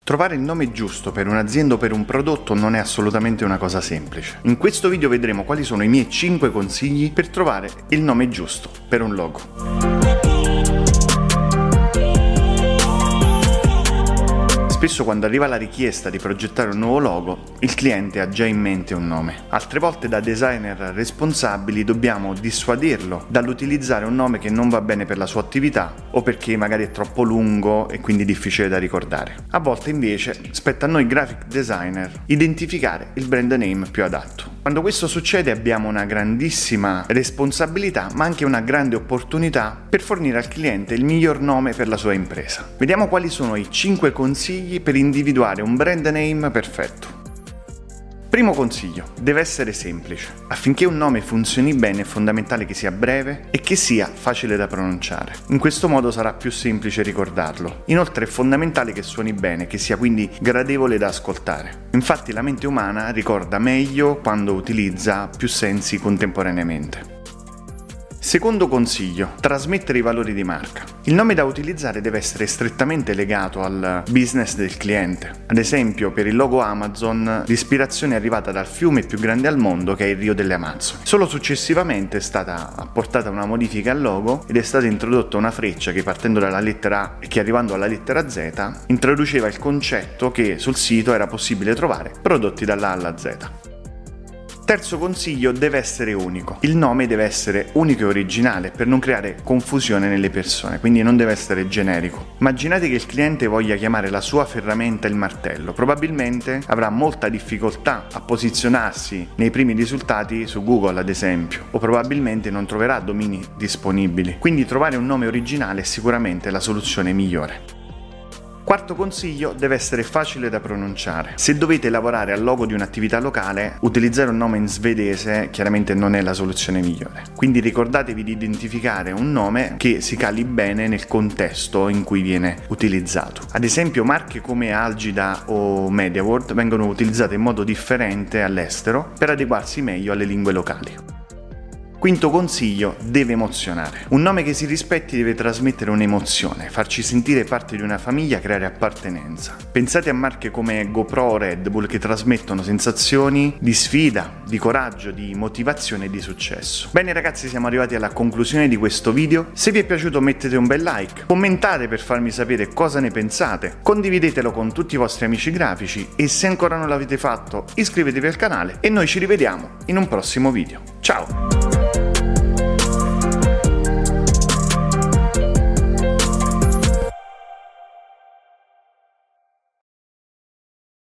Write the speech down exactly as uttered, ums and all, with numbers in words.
Trovare il nome giusto per un'azienda o per un prodotto non è assolutamente una cosa semplice. In questo video vedremo quali sono i miei cinque consigli per trovare il nome giusto per un logo. Spesso quando arriva la richiesta di progettare un nuovo logo, il cliente ha già in mente un nome. Altre volte da designer responsabili dobbiamo dissuaderlo dall'utilizzare un nome che non va bene per la sua attività o perché magari è troppo lungo e quindi difficile da ricordare. A volte invece spetta a noi graphic designer identificare il brand name più adatto. Quando questo succede abbiamo una grandissima responsabilità ma anche una grande opportunità per fornire al cliente il miglior nome per la sua impresa. Vediamo quali sono i cinque consigli per individuare un brand name perfetto. Primo consiglio, deve essere semplice. Affinché un nome funzioni bene è fondamentale che sia breve e che sia facile da pronunciare. In questo modo sarà più semplice ricordarlo. Inoltre è fondamentale che suoni bene, che sia quindi gradevole da ascoltare. Infatti la mente umana ricorda meglio quando utilizza più sensi contemporaneamente. Secondo consiglio, trasmettere i valori di marca. Il nome da utilizzare deve essere strettamente legato al business del cliente. Ad esempio, per il logo Amazon, l'ispirazione è arrivata dal fiume più grande al mondo che è il Rio delle Amazzoni. Solo successivamente è stata apportata una modifica al logo ed è stata introdotta una freccia che partendo dalla lettera A e che arrivando alla lettera Z introduceva il concetto che sul sito era possibile trovare prodotti dalla A alla Z. Terzo consiglio, deve essere unico. Il nome deve essere unico e originale per non creare confusione nelle persone, quindi non deve essere generico. Immaginate che il cliente voglia chiamare la sua ferramenta il martello. Probabilmente avrà molta difficoltà a posizionarsi nei primi risultati su Google, ad esempio, o probabilmente non troverà domini disponibili. Quindi trovare un nome originale è sicuramente la soluzione migliore. Quarto consiglio, deve essere facile da pronunciare. Se dovete lavorare al logo di un'attività locale, utilizzare un nome in svedese chiaramente non è la soluzione migliore. Quindi ricordatevi di identificare un nome che si cali bene nel contesto in cui viene utilizzato. Ad esempio, marche come Algida o MediaWorld vengono utilizzate in modo differente all'estero per adeguarsi meglio alle lingue locali. Quinto consiglio, deve emozionare. Un nome che si rispetti deve trasmettere un'emozione, farci sentire parte di una famiglia, creare appartenenza. Pensate a marche come GoPro o Red Bull che trasmettono sensazioni di sfida, di coraggio, di motivazione e di successo. Bene ragazzi, siamo arrivati alla conclusione di questo video. Se vi è piaciuto mettete un bel like, commentate per farmi sapere cosa ne pensate, condividetelo con tutti i vostri amici grafici e se ancora non l'avete fatto iscrivetevi al canale e noi ci rivediamo in un prossimo video. Ciao!